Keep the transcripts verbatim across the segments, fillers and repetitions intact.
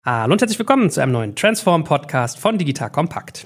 Hallo und herzlich willkommen zu einem neuen Transform-Podcast von Digital Compact.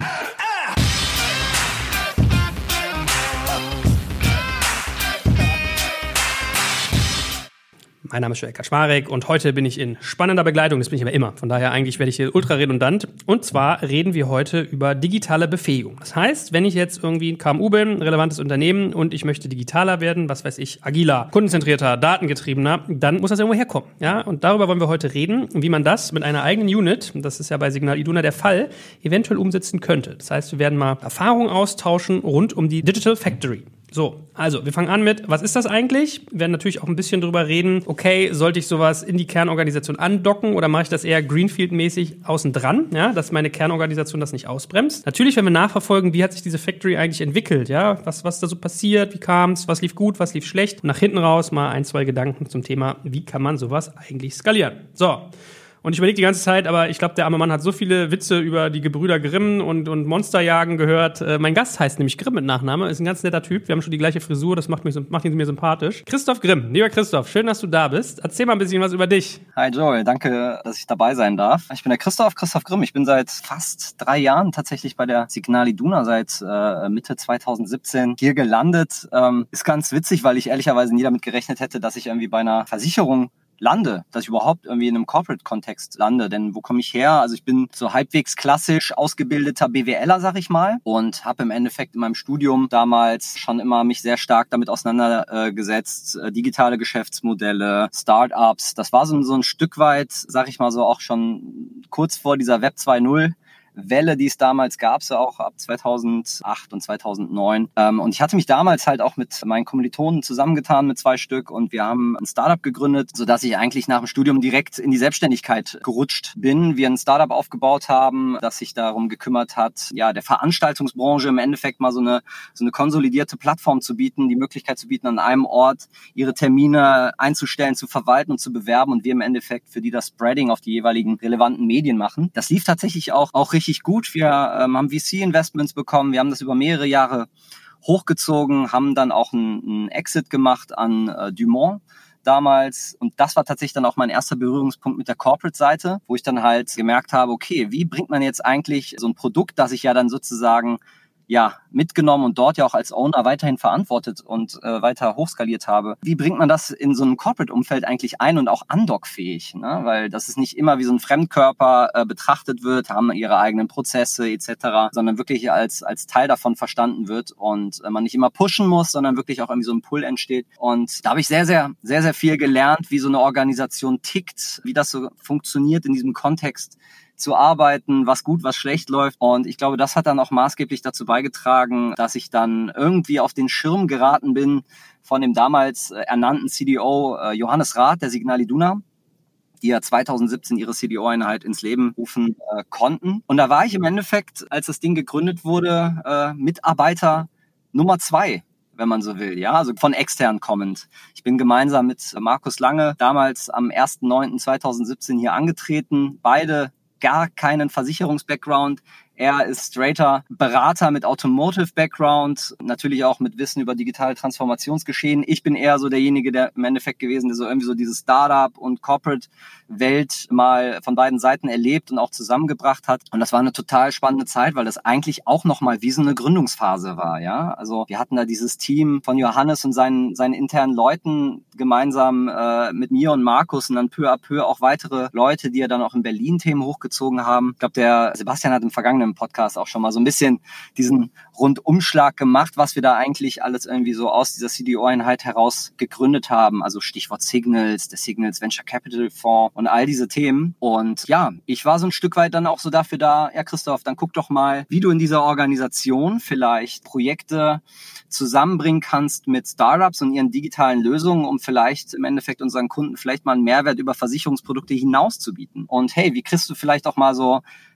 Mein Name ist Joel Kaczmarek und heute bin ich in spannender Begleitung, das bin ich aber immer. Von daher eigentlich werde ich hier ultra redundant. Und zwar reden wir heute über digitale Befähigung. Das heißt, wenn ich jetzt irgendwie ein K M U bin, ein relevantes Unternehmen und ich möchte digitaler werden, was weiß ich, agiler, kundenzentrierter, datengetriebener, dann muss das irgendwo herkommen. Ja? Und darüber wollen wir heute reden, wie man das mit einer eigenen Unit, das ist ja bei Signal Iduna der Fall, eventuell umsetzen könnte. Das heißt, wir werden mal Erfahrungen austauschen rund um die Digital Factory. So, also wir fangen an mit, was ist das eigentlich? Wir werden natürlich auch ein bisschen drüber reden, okay, sollte ich sowas in die Kernorganisation andocken oder mache ich das eher Greenfield-mäßig außen dran, ja, dass meine Kernorganisation das nicht ausbremst? Natürlich werden wir nachverfolgen, wie hat sich diese Factory eigentlich entwickelt, ja, was, was da so passiert, wie kam es, was lief gut, was lief schlecht? Und nach hinten raus mal ein, zwei Gedanken zum Thema, wie kann man sowas eigentlich skalieren? So. Und ich überlege die ganze Zeit, aber ich glaube, der arme Mann hat so viele Witze über die Gebrüder Grimm und, und Monsterjagen gehört. Äh, mein Gast heißt nämlich Grimm mit Nachname, ist ein ganz netter Typ. Wir haben schon die gleiche Frisur, das macht, mich, macht ihn mir sympathisch. Christoph Grimm, lieber Christoph, schön, dass du da bist. Erzähl mal ein bisschen was über dich. Hi Joel, danke, dass ich dabei sein darf. Ich bin der Christoph, Christoph Grimm. Ich bin seit fast drei Jahren tatsächlich bei der Signal Iduna, seit äh, Mitte zwanzig siebzehn hier gelandet. Ähm, ist ganz witzig, weil ich ehrlicherweise nie damit gerechnet hätte, dass ich irgendwie bei einer Versicherung lande, dass ich überhaupt irgendwie in einem Corporate-Kontext lande. Denn wo komme ich her? Also ich bin so halbwegs klassisch ausgebildeter BWLer, sag ich mal, und habe im Endeffekt in meinem Studium damals schon immer mich sehr stark damit auseinandergesetzt, äh, digitale Geschäftsmodelle, Startups. Das war so, so ein Stück weit, sag ich mal so, auch schon kurz vor dieser Web zwei Punkt null Welle, die es damals gab, so auch ab zweitausendacht und zweitausendneun. Ähm, und ich hatte mich damals halt auch mit meinen Kommilitonen zusammengetan mit zwei Stück und wir haben ein Startup gegründet, sodass ich eigentlich nach dem Studium direkt in die Selbstständigkeit gerutscht bin. Wir ein Startup aufgebaut haben, das sich darum gekümmert hat, ja, der Veranstaltungsbranche im Endeffekt mal so eine, so eine konsolidierte Plattform zu bieten, die Möglichkeit zu bieten, an einem Ort ihre Termine einzustellen, zu verwalten und zu bewerben und wir im Endeffekt für die das Spreading auf die jeweiligen relevanten Medien machen. Das lief tatsächlich auch, auch richtig gut. Wir ähm, haben V C-Investments bekommen, wir haben das über mehrere Jahre hochgezogen, haben dann auch einen, einen Exit gemacht an äh, Dumont damals und das war tatsächlich dann auch mein erster Berührungspunkt mit der Corporate-Seite, wo ich dann halt gemerkt habe, okay, wie bringt man jetzt eigentlich so ein Produkt, das ich ja dann sozusagen ja mitgenommen und dort ja auch als Owner weiterhin verantwortet und äh, weiter hochskaliert habe. Wie bringt man das in so ein Corporate-Umfeld eigentlich ein und auch andockfähig? Ne? Weil das ist nicht immer wie so ein Fremdkörper äh, betrachtet wird, haben ihre eigenen Prozesse et cetera, sondern wirklich als als Teil davon verstanden wird und äh, man nicht immer pushen muss, sondern wirklich auch irgendwie so ein Pull entsteht. Und da habe ich sehr, sehr, sehr, sehr viel gelernt, wie so eine Organisation tickt, wie das so funktioniert in diesem Kontext zu arbeiten, was gut, was schlecht läuft. Und ich glaube, das hat dann auch maßgeblich dazu beigetragen, dass ich dann irgendwie auf den Schirm geraten bin von dem damals ernannten C D O äh, Johannes Rath der Signal Iduna, die ja zweitausendsiebzehn ihre C D O-Einheit ins Leben rufen äh, konnten. Und da war ich im Endeffekt, als das Ding gegründet wurde, äh, Mitarbeiter Nummer zwei, wenn man so will, ja, also von extern kommend. Ich bin gemeinsam mit Markus Lange damals am ersten neunten zweitausendsiebzehn hier angetreten, beide gar keinen Versicherungs-Background. Er ist straighter Berater mit Automotive-Background, natürlich auch mit Wissen über digitale Transformationsgeschehen. Ich bin eher so derjenige, der im Endeffekt gewesen, der so irgendwie so diese Startup- und Corporate-Welt mal von beiden Seiten erlebt und auch zusammengebracht hat. Und das war eine total spannende Zeit, weil das eigentlich auch nochmal wie so eine Gründungsphase war, ja. Also wir hatten da dieses Team von Johannes und seinen, seinen internen Leuten gemeinsam äh, mit mir und Markus und dann peu à peu auch weitere Leute, die ja dann auch in Berlin Themen hochgezogen haben. Ich glaube, der Sebastian hat im vergangenen Podcast auch schon mal so ein bisschen diesen Rundumschlag gemacht, was wir da eigentlich alles irgendwie so aus dieser C D O-Einheit heraus gegründet haben. Also Stichwort Signals, der Signals Venture Capital Fonds und all diese Themen. Und ja, ich war so ein Stück weit dann auch so dafür da, ja Christoph, dann guck doch mal, wie du in dieser Organisation vielleicht Projekte zusammenbringen kannst mit Startups und ihren digitalen Lösungen, um vielleicht im Endeffekt unseren Kunden vielleicht mal einen Mehrwert über Versicherungsprodukte hinaus zu bieten. Und hey, wie kriegst du vielleicht auch mal so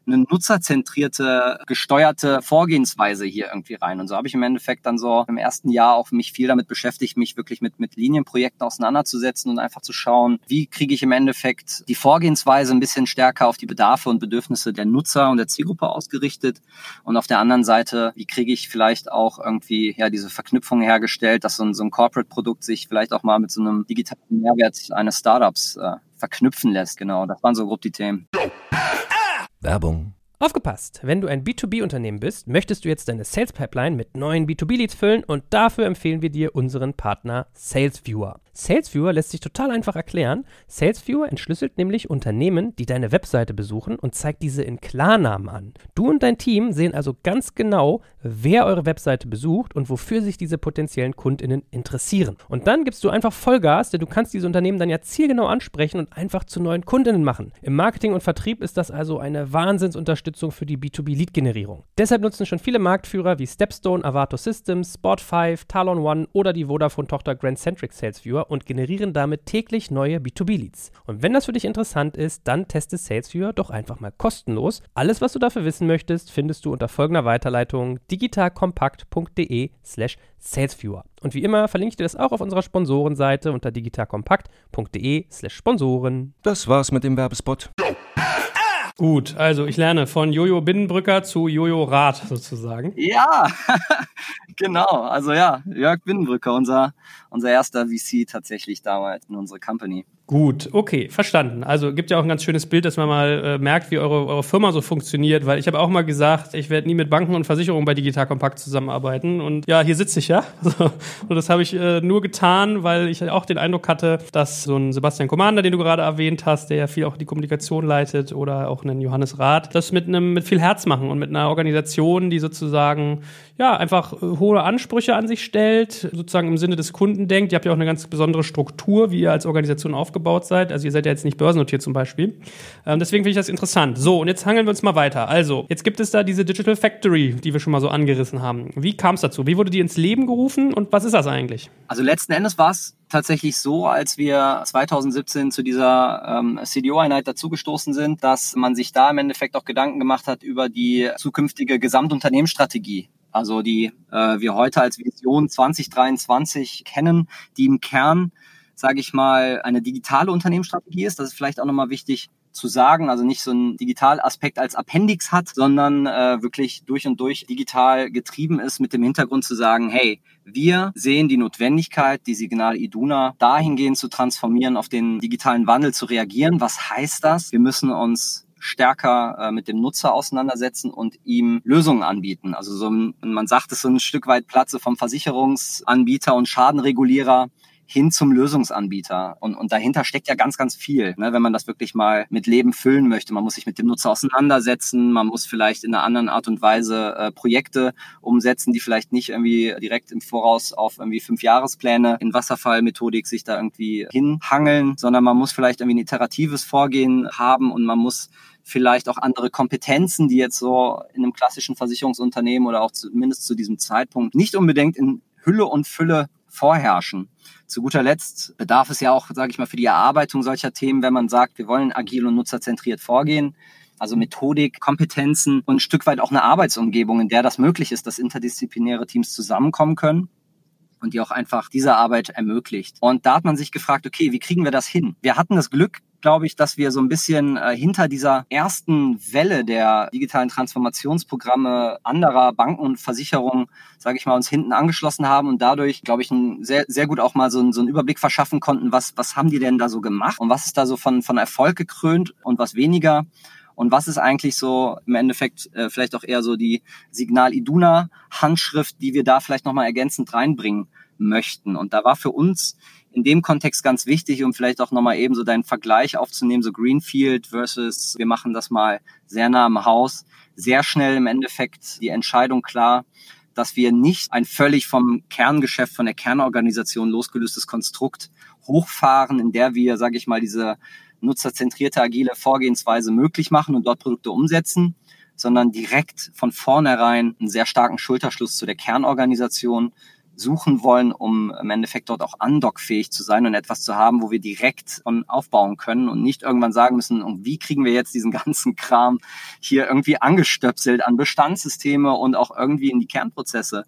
eine nutzerzentrierte, gesteuerte Vorgehensweise hier irgendwie rein. Und so habe ich im Endeffekt dann so im ersten Jahr auch mich viel damit beschäftigt, mich wirklich mit, mit Linienprojekten auseinanderzusetzen und einfach zu schauen, wie kriege ich im Endeffekt die Vorgehensweise ein bisschen stärker auf die Bedarfe und Bedürfnisse der Nutzer und der Zielgruppe ausgerichtet. Und auf der anderen Seite, wie kriege ich vielleicht auch irgendwie ja diese Verknüpfung hergestellt, dass so ein, so ein Corporate-Produkt sich vielleicht auch mal mit so einem digitalen Mehrwert eines Startups äh, verknüpfen lässt. Genau, das waren so grob die Themen. Werbung. Aufgepasst! Wenn du ein B zwei B-Unternehmen bist, möchtest du jetzt deine Sales-Pipeline mit neuen B zwei B-Leads füllen und dafür empfehlen wir dir unseren Partner SalesViewer. SalesViewer lässt sich total einfach erklären. SalesViewer entschlüsselt nämlich Unternehmen, die deine Webseite besuchen und zeigt diese in Klarnamen an. Du und dein Team sehen also ganz genau, wer eure Webseite besucht und wofür sich diese potenziellen KundInnen interessieren. Und dann gibst du einfach Vollgas, denn du kannst diese Unternehmen dann ja zielgenau ansprechen und einfach zu neuen KundInnen machen. Im Marketing und Vertrieb ist das also eine Wahnsinnsunterstützung für die B zwei B-Lead-Generierung. Deshalb nutzen schon viele Marktführer wie Stepstone, Avato Systems, Spot fünf, Talon One oder die Vodafone-Tochter Grand Centric SalesViewer und generieren damit täglich neue B zwei B-Leads. Und wenn das für dich interessant ist, dann teste SalesViewer doch einfach mal kostenlos. Alles, was du dafür wissen möchtest, findest du unter folgender Weiterleitung digitalkompakt.de slash salesviewer. Und wie immer verlinke ich dir das auch auf unserer Sponsorenseite unter digitalkompakt.de slash Sponsoren. Das war's mit dem Werbespot. Gut, also ich lerne von Jojo Binnenbrücker zu Jojo Rath sozusagen. Ja, genau. Also ja, Jörg Binnenbrücker, unser, unser erster V C tatsächlich damals in unserer Company. Gut, okay, verstanden. Also gibt ja auch ein ganz schönes Bild, dass man mal äh, merkt, wie eure, eure Firma so funktioniert, weil ich habe auch mal gesagt, ich werde nie mit Banken und Versicherungen bei Digital Kompakt zusammenarbeiten und ja, hier sitze ich ja. Und das habe ich äh, nur getan, weil ich auch den Eindruck hatte, dass so ein Sebastian Commander, den du gerade erwähnt hast, der ja viel auch die Kommunikation leitet, oder auch einen Johannes Rath, das mit einem mit viel Herz machen und mit einer Organisation, die sozusagen ja einfach äh, hohe Ansprüche an sich stellt, sozusagen im Sinne des Kunden denkt. Ihr habt ja auch eine ganz besondere Struktur, wie ihr als Organisation aufgebaut seid. Also ihr seid ja jetzt nicht börsennotiert zum Beispiel. Ähm, deswegen finde ich das interessant. So, und jetzt hangeln wir uns mal weiter. Also, jetzt gibt es da diese Digital Factory, die wir schon mal so angerissen haben. Wie kam es dazu? Wie wurde die ins Leben gerufen und was ist das eigentlich? Also letzten Endes war es tatsächlich so, als wir zwanzig siebzehn zu dieser ähm, C D O-Einheit dazugestoßen sind, dass man sich da im Endeffekt auch Gedanken gemacht hat über die zukünftige Gesamtunternehmensstrategie. Also die äh, wir heute als Vision zwanzig dreiundzwanzig kennen, die im Kern, sage ich mal, eine digitale Unternehmensstrategie ist. Das ist vielleicht auch nochmal wichtig zu sagen, also nicht so ein Digitalaspekt als Appendix hat, sondern äh, wirklich durch und durch digital getrieben ist mit dem Hintergrund zu sagen, hey, wir sehen die Notwendigkeit, die Signal Iduna dahingehend zu transformieren, auf den digitalen Wandel zu reagieren. Was heißt das? Wir müssen uns stärker äh, mit dem Nutzer auseinandersetzen und ihm Lösungen anbieten. Also so, man sagt es so ein Stück weit Platze vom Versicherungsanbieter und Schadenregulierer hin zum Lösungsanbieter. Und, und dahinter steckt ja ganz, ganz viel, ne, wenn man das wirklich mal mit Leben füllen möchte. Man muss sich mit dem Nutzer auseinandersetzen, man muss vielleicht in einer anderen Art und Weise äh, Projekte umsetzen, die vielleicht nicht irgendwie direkt im Voraus auf irgendwie fünf Jahrespläne in Wasserfallmethodik sich da irgendwie hinhangeln, sondern man muss vielleicht irgendwie ein iteratives Vorgehen haben und man muss vielleicht auch andere Kompetenzen, die jetzt so in einem klassischen Versicherungsunternehmen oder auch zumindest zu diesem Zeitpunkt nicht unbedingt in Hülle und Fülle vorherrschen. Zu guter Letzt bedarf es ja auch, sage ich mal, für die Erarbeitung solcher Themen, wenn man sagt, wir wollen agil und nutzerzentriert vorgehen, also Methodik, Kompetenzen und ein Stück weit auch eine Arbeitsumgebung, in der das möglich ist, dass interdisziplinäre Teams zusammenkommen können und die auch einfach diese Arbeit ermöglicht. Und da hat man sich gefragt, okay, wie kriegen wir das hin? Wir hatten das Glück, glaube ich, dass wir so ein bisschen äh, hinter dieser ersten Welle der digitalen Transformationsprogramme anderer Banken und Versicherungen, sage ich mal, uns hinten angeschlossen haben und dadurch, glaube ich, ein, sehr sehr gut auch mal so, ein, so einen Überblick verschaffen konnten, was was haben die denn da so gemacht und was ist da so von von Erfolg gekrönt und was weniger. Und was ist eigentlich so im Endeffekt äh, vielleicht auch eher so die Signal Iduna Handschrift, die wir da vielleicht nochmal ergänzend reinbringen möchten. Und da war für uns in dem Kontext ganz wichtig, um vielleicht auch nochmal eben so deinen Vergleich aufzunehmen, so Greenfield versus wir machen das mal sehr nah am Haus, sehr schnell im Endeffekt die Entscheidung klar, dass wir nicht ein völlig vom Kerngeschäft, von der Kernorganisation losgelöstes Konstrukt hochfahren, in der wir, sage ich mal, diese nutzerzentrierte, agile Vorgehensweise möglich machen und dort Produkte umsetzen, sondern direkt von vornherein einen sehr starken Schulterschluss zu der Kernorganisation suchen wollen, um im Endeffekt dort auch andockfähig zu sein und etwas zu haben, wo wir direkt von aufbauen können und nicht irgendwann sagen müssen, und wie kriegen wir jetzt diesen ganzen Kram hier irgendwie angestöpselt an Bestandssysteme und auch irgendwie in die Kernprozesse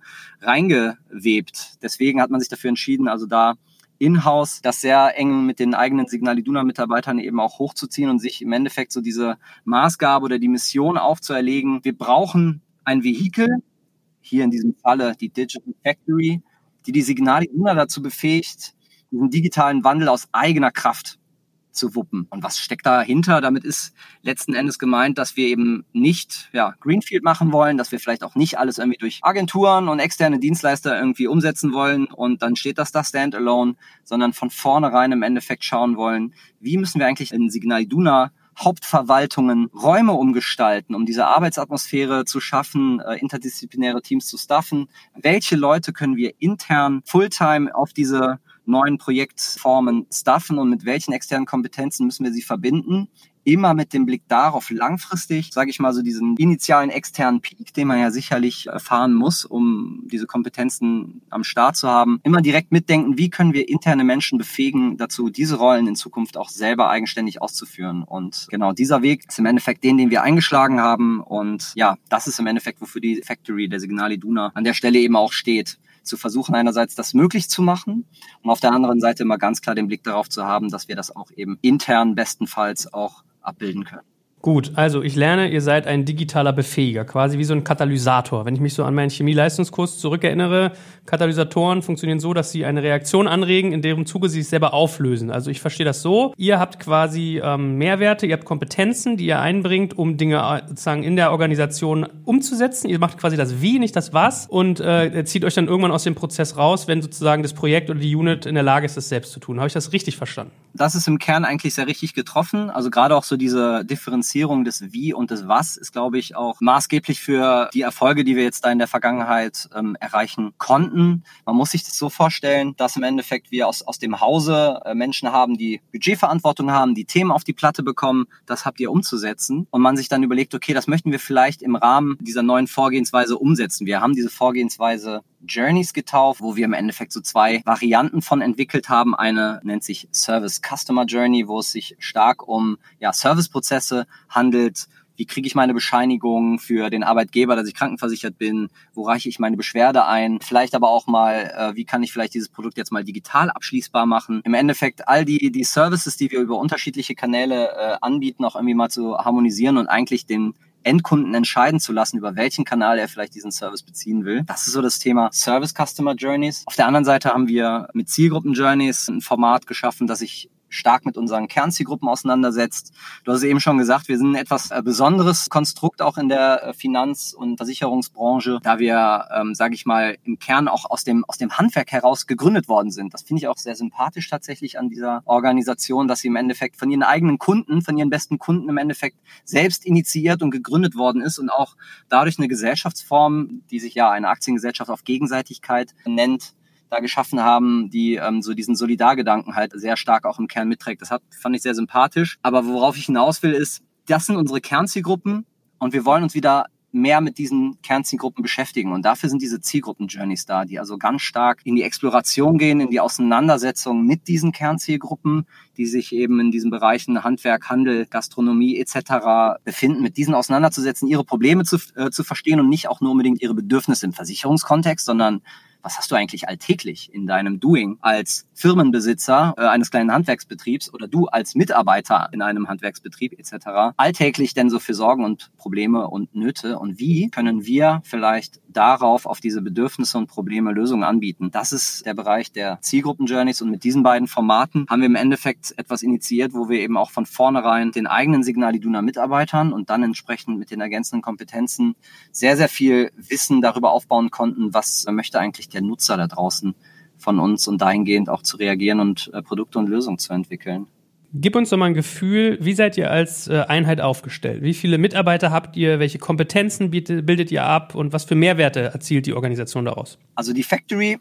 reingewebt. Deswegen hat man sich dafür entschieden, also da in-house das sehr eng mit den eigenen Signal Iduna-Mitarbeitern eben auch hochzuziehen und sich im Endeffekt so diese Maßgabe oder die Mission aufzuerlegen. Wir brauchen ein Vehikel, hier in diesem Falle die Digital Factory, die die Signal Iduna dazu befähigt, diesen digitalen Wandel aus eigener Kraft zu wuppen. Und was steckt dahinter? Damit ist letzten Endes gemeint, dass wir eben nicht ja, Greenfield machen wollen, dass wir vielleicht auch nicht alles irgendwie durch Agenturen und externe Dienstleister irgendwie umsetzen wollen und dann steht das da standalone, sondern von vornherein im Endeffekt schauen wollen, wie müssen wir eigentlich in Signal Iduna Hauptverwaltungen Räume umgestalten, um diese Arbeitsatmosphäre zu schaffen, äh, interdisziplinäre Teams zu staffen. Welche Leute können wir intern Fulltime auf diese neuen Projektformen staffen und mit welchen externen Kompetenzen müssen wir sie verbinden? Immer mit dem Blick darauf, langfristig, sage ich mal, so diesen initialen externen Peak, den man ja sicherlich erfahren muss, um diese Kompetenzen am Start zu haben. Immer direkt mitdenken, wie können wir interne Menschen befähigen, dazu diese Rollen in Zukunft auch selber eigenständig auszuführen. Und genau dieser Weg ist im Endeffekt den, den wir eingeschlagen haben. Und ja, das ist im Endeffekt, wofür die Factory der Signal Iduna an der Stelle eben auch steht. Zu versuchen, einerseits das möglich zu machen und auf der anderen Seite immer ganz klar den Blick darauf zu haben, dass wir das auch eben intern bestenfalls auch abbilden können. Gut, also ich lerne, ihr seid ein digitaler Befähiger, quasi wie so ein Katalysator. Wenn ich mich so an meinen Chemieleistungskurs zurückerinnere, Katalysatoren funktionieren so, dass sie eine Reaktion anregen, in deren Zuge sie sich selber auflösen. Also ich verstehe das so, ihr habt quasi ähm, Mehrwerte, ihr habt Kompetenzen, die ihr einbringt, um Dinge sozusagen in der Organisation umzusetzen. Ihr macht quasi das Wie, nicht das Was und äh, zieht euch dann irgendwann aus dem Prozess raus, wenn sozusagen das Projekt oder die Unit in der Lage ist, das selbst zu tun. Habe ich das richtig verstanden? Das ist im Kern eigentlich sehr richtig getroffen. Also gerade auch so diese Differenzierung des Wie und des Was ist, glaube ich, auch maßgeblich für die Erfolge, die wir jetzt da in der Vergangenheit ähm, erreichen konnten. Man muss sich das so vorstellen, dass im Endeffekt wir aus, aus dem Hause äh, Menschen haben, die Budgetverantwortung haben, die Themen auf die Platte bekommen, das habt ihr umzusetzen. Und man sich dann überlegt, okay, das möchten wir vielleicht im Rahmen dieser neuen Vorgehensweise umsetzen. Wir haben diese Vorgehensweise Journeys getauft, wo wir im Endeffekt so zwei Varianten von entwickelt haben. Eine nennt sich Service Customer Journey, wo es sich stark um ja, Serviceprozesse handelt. Wie kriege ich meine Bescheinigung für den Arbeitgeber, dass ich krankenversichert bin? Wo reiche ich meine Beschwerde ein? Vielleicht aber auch mal, äh, wie kann ich vielleicht dieses Produkt jetzt mal digital abschließbar machen? Im Endeffekt all die die Services, die wir über unterschiedliche Kanäle äh, anbieten, auch irgendwie mal zu harmonisieren und eigentlich den Endkunden entscheiden zu lassen, über welchen Kanal er vielleicht diesen Service beziehen will. Das ist so das Thema Service Customer Journeys. Auf der anderen Seite haben wir mit Zielgruppen Journeys ein Format geschaffen, das sich stark mit unseren Kernzielgruppen auseinandersetzt. Du hast es eben schon gesagt, wir sind ein etwas besonderes Konstrukt auch in der Finanz- und Versicherungsbranche, da wir, ähm, sage ich mal, im Kern auch aus dem aus dem Handwerk heraus gegründet worden sind. Das finde ich auch sehr sympathisch tatsächlich an dieser Organisation, dass sie im Endeffekt von ihren eigenen Kunden, von ihren besten Kunden im Endeffekt selbst initiiert und gegründet worden ist und auch dadurch eine Gesellschaftsform, die sich ja eine Aktiengesellschaft auf Gegenseitigkeit nennt, da geschaffen haben, die ähm, so diesen Solidargedanken halt sehr stark auch im Kern mitträgt. Das hat, fand ich sehr sympathisch. Aber worauf ich hinaus will, ist, das sind unsere Kernzielgruppen und wir wollen uns wieder mehr mit diesen Kernzielgruppen beschäftigen. Und dafür sind diese Zielgruppen-Journeys da, die also ganz stark in die Exploration gehen, in die Auseinandersetzung mit diesen Kernzielgruppen, die sich eben in diesen Bereichen Handwerk, Handel, Gastronomie et cetera befinden, mit diesen auseinanderzusetzen, ihre Probleme zu, äh, zu verstehen und nicht auch nur unbedingt ihre Bedürfnisse im Versicherungskontext, sondern was hast du eigentlich alltäglich in deinem Doing als Firmenbesitzer äh, eines kleinen Handwerksbetriebs oder du als Mitarbeiter in einem Handwerksbetrieb et cetera alltäglich denn so für Sorgen und Probleme und Nöte und wie können wir vielleicht darauf auf diese Bedürfnisse und Probleme Lösungen anbieten? Das ist der Bereich der Zielgruppen-Journeys und mit diesen beiden Formaten haben wir im Endeffekt etwas initiiert, wo wir eben auch von vornherein den eigenen Signal Iduna Mitarbeitern und dann entsprechend mit den ergänzenden Kompetenzen sehr, sehr viel Wissen darüber aufbauen konnten, was möchte eigentlich der Nutzer da draußen von uns und dahingehend auch zu reagieren und äh, Produkte und Lösungen zu entwickeln. Gib uns doch mal ein Gefühl, wie seid ihr als äh, Einheit aufgestellt? Wie viele Mitarbeiter habt ihr? Welche Kompetenzen bietet, bildet ihr ab? Und was für Mehrwerte erzielt die Organisation daraus? Also die Factory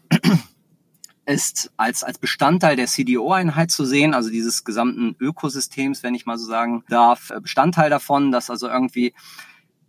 ist als als Bestandteil der C D O-Einheit zu sehen, also dieses gesamten Ökosystems, wenn ich mal so sagen darf, Bestandteil davon, dass also irgendwie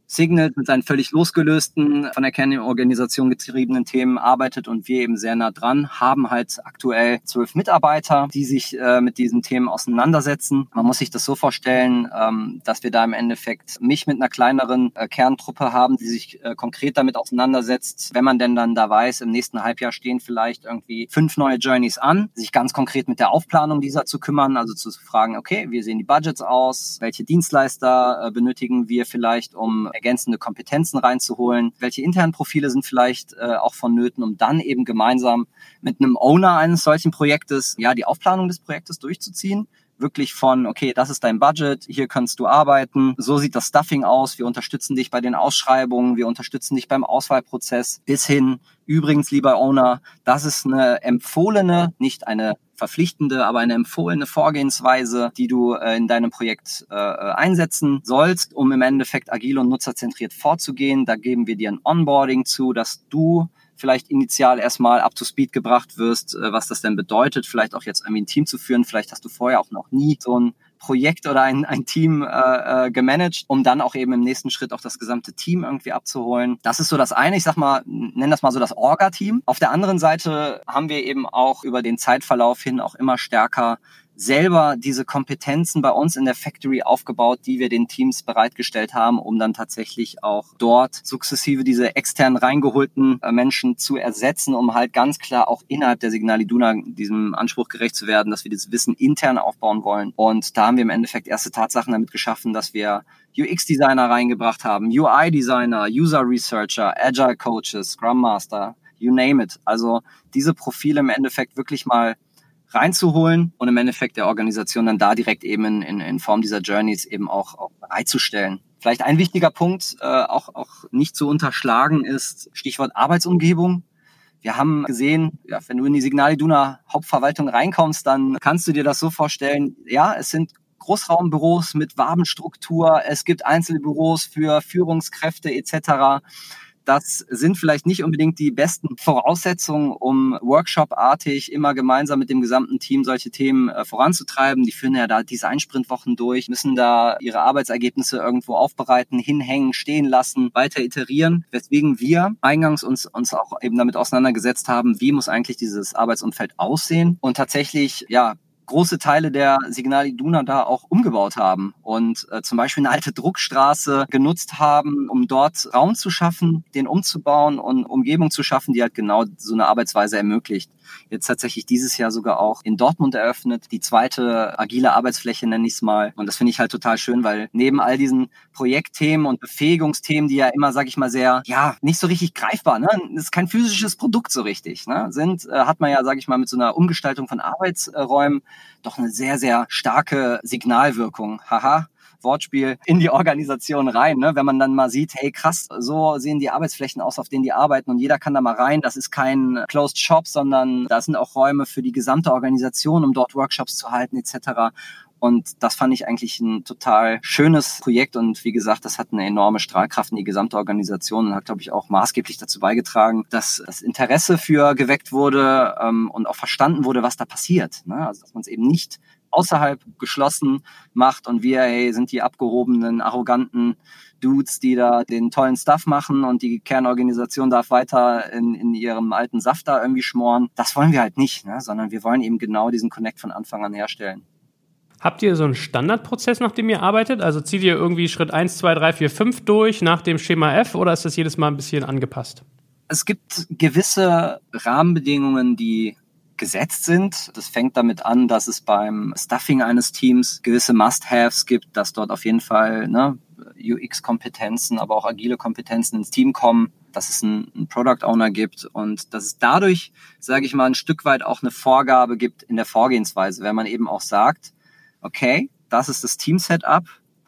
Signals mit seinen völlig losgelösten, von der Kernorganisation getriebenen Themen arbeitet und wir eben sehr nah dran, haben halt aktuell zwölf Mitarbeiter, die sich äh, mit diesen Themen auseinandersetzen. Man muss sich das so vorstellen, ähm, dass wir da im Endeffekt mich mit einer kleineren äh, Kerntruppe haben, die sich äh, konkret damit auseinandersetzt. Wenn man denn dann da weiß, im nächsten Halbjahr stehen vielleicht irgendwie fünf neue Journeys an, sich ganz konkret mit der Aufplanung dieser zu kümmern, also zu fragen, okay, wie sehen die Budgets aus, welche Dienstleister äh, benötigen wir vielleicht, um ergänzende Kompetenzen reinzuholen, welche internen Profile sind vielleicht äh, auch vonnöten, um dann eben gemeinsam mit einem Owner eines solchen Projektes ja die Aufplanung des Projektes durchzuziehen. Wirklich von, okay, das ist dein Budget, hier kannst du arbeiten, so sieht das Stuffing aus, wir unterstützen dich bei den Ausschreibungen, wir unterstützen dich beim Auswahlprozess, bis hin, übrigens, lieber Owner, das ist eine empfohlene, nicht eine verpflichtende, aber eine empfohlene Vorgehensweise, die du äh, in deinem Projekt äh, einsetzen sollst, um im Endeffekt agil und nutzerzentriert vorzugehen. Da geben wir dir ein Onboarding zu, dass du vielleicht initial erstmal up to speed gebracht wirst, was das denn bedeutet, vielleicht auch jetzt irgendwie ein Team zu führen, vielleicht hast du vorher auch noch nie so ein Projekt oder ein, ein Team äh, gemanagt, um dann auch eben im nächsten Schritt auch das gesamte Team irgendwie abzuholen. Das ist so das eine, ich sag mal, nenn das mal so das Orga-Team. Auf der anderen Seite haben wir eben auch über den Zeitverlauf hin auch immer stärker selber diese Kompetenzen bei uns in der Factory aufgebaut, die wir den Teams bereitgestellt haben, um dann tatsächlich auch dort sukzessive diese extern reingeholten Menschen zu ersetzen, um halt ganz klar auch innerhalb der Signal Iduna diesem Anspruch gerecht zu werden, dass wir dieses Wissen intern aufbauen wollen. Und da haben wir im Endeffekt erste Tatsachen damit geschaffen, dass wir U X-Designer reingebracht haben, U I-Designer, User-Researcher, Agile-Coaches, Scrum Master, you name it. Also diese Profile im Endeffekt wirklich mal reinzuholen und im Endeffekt der Organisation dann da direkt eben in, in, in Form dieser Journeys eben auch, auch bereitzustellen. Vielleicht ein wichtiger Punkt, äh, auch, auch nicht zu unterschlagen ist, Stichwort Arbeitsumgebung. Wir haben gesehen, ja, wenn du in die Signal Iduna Hauptverwaltung reinkommst, dann kannst du dir das so vorstellen, ja, es sind Großraumbüros mit Wabenstruktur, es gibt Einzelbüros für Führungskräfte et cetera. Das sind vielleicht nicht unbedingt die besten Voraussetzungen, um workshopartig immer gemeinsam mit dem gesamten Team solche Themen äh, voranzutreiben. Die führen ja da Design-Sprintwochen durch, müssen da ihre Arbeitsergebnisse irgendwo aufbereiten, hinhängen, stehen lassen, weiter iterieren. Weswegen wir eingangs uns, uns auch eben damit auseinandergesetzt haben, wie muss eigentlich dieses Arbeitsumfeld aussehen und tatsächlich, ja, große Teile der Signal Iduna da auch umgebaut haben und äh, zum Beispiel eine alte Druckstraße genutzt haben, um dort Raum zu schaffen, den umzubauen und Umgebung zu schaffen, die halt genau so eine Arbeitsweise ermöglicht. Jetzt tatsächlich dieses Jahr sogar auch in Dortmund eröffnet, die zweite agile Arbeitsfläche nenne ich es mal. Und das finde ich halt total schön, weil neben all diesen Projektthemen und Befähigungsthemen, die ja immer, sag ich mal, sehr, ja, nicht so richtig greifbar, ne, das ist kein physisches Produkt so richtig, ne, sind, äh, hat man ja, sag ich mal, mit so einer Umgestaltung von Arbeitsräumen doch eine sehr, sehr starke Signalwirkung. Haha. Wortspiel in die Organisation rein, ne? Wenn man dann mal sieht, hey krass, so sehen die Arbeitsflächen aus, auf denen die arbeiten und jeder kann da mal rein. Das ist kein Closed Shop, sondern da sind auch Räume für die gesamte Organisation, um dort Workshops zu halten et cetera. Und das fand ich eigentlich ein total schönes Projekt und wie gesagt, das hat eine enorme Strahlkraft in die gesamte Organisation und hat, glaube ich, auch maßgeblich dazu beigetragen, dass das Interesse für geweckt wurde ähm, und auch verstanden wurde, was da passiert. Ne? Also dass man es eben nicht außerhalb geschlossen macht und wir, hey, sind die abgehobenen, arroganten Dudes, die da den tollen Stuff machen und die Kernorganisation darf weiter in, in ihrem alten Saft da irgendwie schmoren. Das wollen wir halt nicht, ne? Sondern wir wollen eben genau diesen Connect von Anfang an herstellen. Habt ihr so einen Standardprozess, nach dem ihr arbeitet? Also zieht ihr irgendwie Schritt eins, zwei, drei, vier, fünf durch nach dem Schema F oder ist das jedes Mal ein bisschen angepasst? Es gibt gewisse Rahmenbedingungen, die gesetzt sind. Das fängt damit an, dass es beim Stuffing eines Teams gewisse Must-Haves gibt, dass dort auf jeden Fall ne, U X-Kompetenzen, aber auch agile Kompetenzen ins Team kommen, dass es einen, einen Product-Owner gibt und dass es dadurch, sage ich mal, ein Stück weit auch eine Vorgabe gibt in der Vorgehensweise, wenn man eben auch sagt, okay, das ist das Team-Setup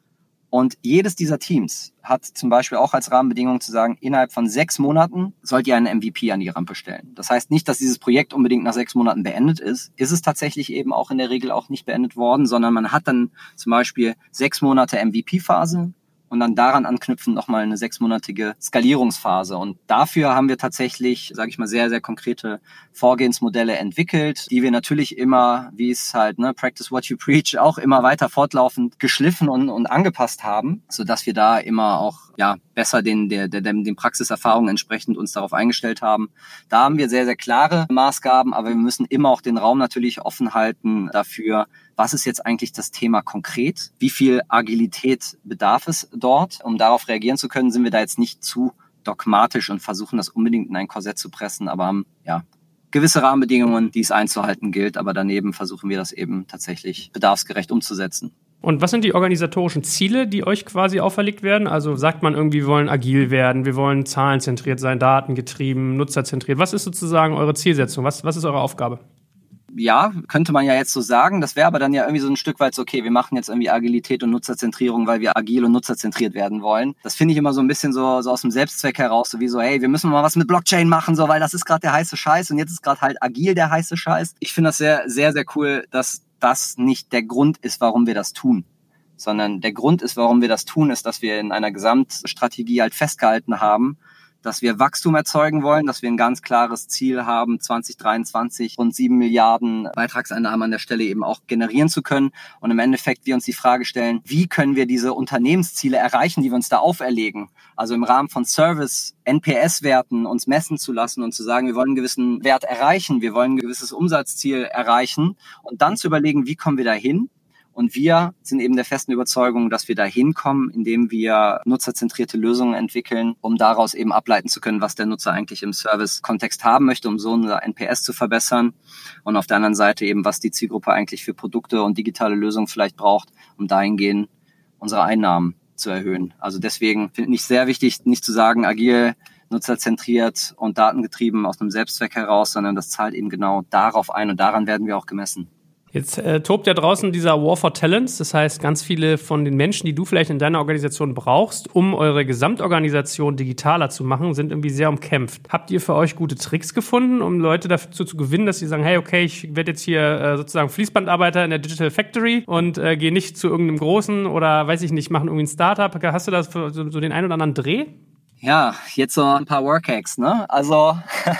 und jedes dieser Teams hat zum Beispiel auch als Rahmenbedingung zu sagen, innerhalb von sechs Monaten sollt ihr einen M V P an die Rampe stellen. Das heißt nicht, dass dieses Projekt unbedingt nach sechs Monaten beendet ist. Ist es tatsächlich eben auch in der Regel auch nicht beendet worden, sondern man hat dann zum Beispiel sechs Monate M V P-Phase und dann daran anknüpfen nochmal eine sechsmonatige Skalierungsphase. Und dafür haben wir tatsächlich, sage ich mal, sehr, sehr konkrete Vorgehensmodelle entwickelt, die wir natürlich immer, wie es halt, ne, practice what you preach, auch immer weiter fortlaufend geschliffen und, und angepasst haben, sodass wir da immer auch ja besser den, der, der, den Praxiserfahrungen entsprechend uns darauf eingestellt haben. Da haben wir sehr, sehr klare Maßgaben, aber wir müssen immer auch den Raum natürlich offen halten dafür, was ist jetzt eigentlich das Thema konkret? Wie viel Agilität bedarf es dort? Um darauf reagieren zu können, sind wir da jetzt nicht zu dogmatisch und versuchen das unbedingt in ein Korsett zu pressen, aber haben ja gewisse Rahmenbedingungen, die es einzuhalten gilt. Aber daneben versuchen wir das eben tatsächlich bedarfsgerecht umzusetzen. Und was sind die organisatorischen Ziele, die euch quasi auferlegt werden? Also sagt man irgendwie, wir wollen agil werden, wir wollen zahlenzentriert sein, datengetrieben, nutzerzentriert. Was ist sozusagen eure Zielsetzung? Was, was ist eure Aufgabe? Ja, könnte man ja jetzt so sagen. Das wäre aber dann ja irgendwie so ein Stück weit so, okay, wir machen jetzt irgendwie Agilität und Nutzerzentrierung, weil wir agil und nutzerzentriert werden wollen. Das finde ich immer so ein bisschen so, so aus dem Selbstzweck heraus, so wie so, hey, wir müssen mal was mit Blockchain machen, so, weil das ist gerade der heiße Scheiß und jetzt ist gerade halt agil der heiße Scheiß. Ich finde das sehr, sehr, sehr cool, dass das nicht der Grund ist, warum wir das tun, sondern der Grund ist, warum wir das tun, ist, dass wir in einer Gesamtstrategie halt festgehalten haben, dass wir Wachstum erzeugen wollen, dass wir ein ganz klares Ziel haben, zwanzig dreiundzwanzig rund sieben Milliarden Beitragseinnahmen an der Stelle eben auch generieren zu können. Und im Endeffekt wir uns die Frage stellen, wie können wir diese Unternehmensziele erreichen, die wir uns da auferlegen? Also im Rahmen von Service, N P S-Werten uns messen zu lassen und zu sagen, wir wollen einen gewissen Wert erreichen, wir wollen ein gewisses Umsatzziel erreichen und dann zu überlegen, wie kommen wir da hin? Und wir sind eben der festen Überzeugung, dass wir da hinkommen, indem wir nutzerzentrierte Lösungen entwickeln, um daraus eben ableiten zu können, was der Nutzer eigentlich im Service-Kontext haben möchte, um so unser N P S zu verbessern. Und auf der anderen Seite eben, was die Zielgruppe eigentlich für Produkte und digitale Lösungen vielleicht braucht, um dahingehend unsere Einnahmen zu erhöhen. Also deswegen finde ich sehr wichtig, nicht zu sagen, agil, nutzerzentriert und datengetrieben aus einem Selbstzweck heraus, sondern das zahlt eben genau darauf ein und daran werden wir auch gemessen. Jetzt äh, tobt ja draußen dieser War for Talents, das heißt, ganz viele von den Menschen, die du vielleicht in deiner Organisation brauchst, um eure Gesamtorganisation digitaler zu machen, sind irgendwie sehr umkämpft. Habt ihr für euch gute Tricks gefunden, um Leute dazu zu gewinnen, dass sie sagen, hey, okay, ich werde jetzt hier äh, sozusagen Fließbandarbeiter in der Digital Factory und äh, gehe nicht zu irgendeinem Großen oder, weiß ich nicht, machen irgendwie ein Startup. Hast du da so, so den einen oder anderen Dreh? Ja, jetzt so ein paar Workhacks, ne? Also,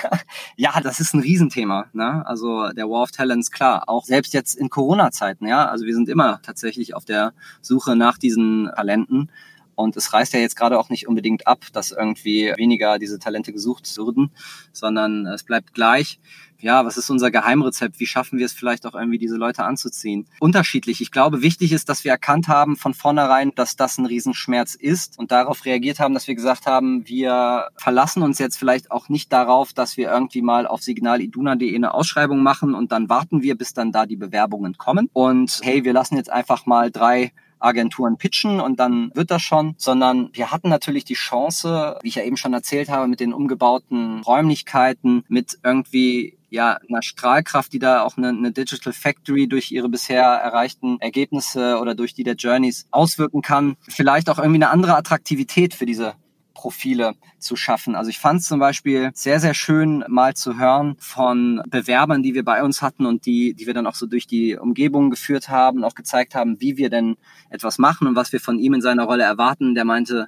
ja, das ist ein Riesenthema, ne? Also, der War of Talents, klar, auch selbst jetzt in Corona-Zeiten, ja? Also, wir sind immer tatsächlich auf der Suche nach diesen Talenten. Und es reißt ja jetzt gerade auch nicht unbedingt ab, dass irgendwie weniger diese Talente gesucht wurden, sondern es bleibt gleich. Ja, was ist unser Geheimrezept? Wie schaffen wir es vielleicht auch irgendwie, diese Leute anzuziehen? Unterschiedlich. Ich glaube, wichtig ist, dass wir erkannt haben von vornherein, dass das ein Riesenschmerz ist und darauf reagiert haben, dass wir gesagt haben, wir verlassen uns jetzt vielleicht auch nicht darauf, dass wir irgendwie mal auf signal iduna punkt de eine Ausschreibung machen und dann warten wir, bis dann da die Bewerbungen kommen. Und hey, wir lassen jetzt einfach mal drei Agenturen pitchen und dann wird das schon, sondern wir hatten natürlich die Chance, wie ich ja eben schon erzählt habe, mit den umgebauten Räumlichkeiten, mit irgendwie ja einer Strahlkraft, die da auch eine, eine Digital Factory durch ihre bisher erreichten Ergebnisse oder durch die der Journeys auswirken kann, vielleicht auch irgendwie eine andere Attraktivität für diese Profile zu schaffen. Also ich fand es zum Beispiel sehr, sehr schön mal zu hören von Bewerbern, die wir bei uns hatten und die, die wir dann auch so durch die Umgebung geführt haben, auch gezeigt haben, wie wir denn etwas machen und was wir von ihm in seiner Rolle erwarten. Der meinte,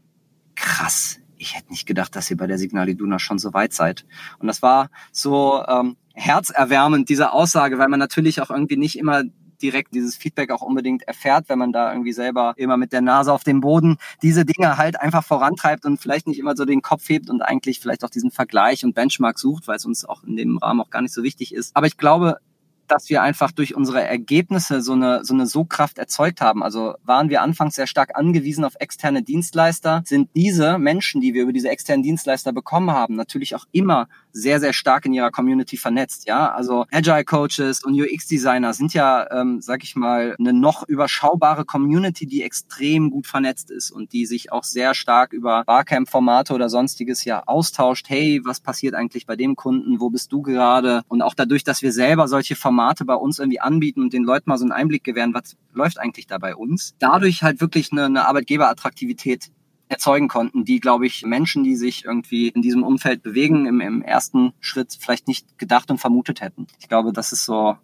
krass, ich hätte nicht gedacht, dass ihr bei der signal iduna schon so weit seid. Und das war so ähm, herzerwärmend, diese Aussage, weil man natürlich auch irgendwie nicht immer direkt dieses Feedback auch unbedingt erfährt, wenn man da irgendwie selber immer mit der Nase auf dem Boden diese Dinge halt einfach vorantreibt und vielleicht nicht immer so den Kopf hebt und eigentlich vielleicht auch diesen Vergleich und Benchmark sucht, weil es uns auch in dem Rahmen auch gar nicht so wichtig ist. Aber ich glaube, dass wir einfach durch unsere Ergebnisse so eine so eine Sogkraft erzeugt haben. Also waren wir anfangs sehr stark angewiesen auf externe Dienstleister, sind diese Menschen, die wir über diese externen Dienstleister bekommen haben, natürlich auch immer sehr, sehr stark in ihrer Community vernetzt. Ja, also Agile Coaches und U X-Designer sind ja, ähm, sag ich mal, eine noch überschaubare Community, die extrem gut vernetzt ist und die sich auch sehr stark über Barcamp-Formate oder sonstiges ja austauscht. Hey, was passiert eigentlich bei dem Kunden? Wo bist du gerade? Und auch dadurch, dass wir selber solche Formate bei uns irgendwie anbieten und den Leuten mal so einen Einblick gewähren, was läuft eigentlich da bei uns? Dadurch halt wirklich eine, eine Arbeitgeberattraktivität erzeugen konnten, die, glaube ich, Menschen, die sich irgendwie in diesem Umfeld bewegen, im, im ersten Schritt vielleicht nicht gedacht und vermutet hätten. Ich glaube, das ist so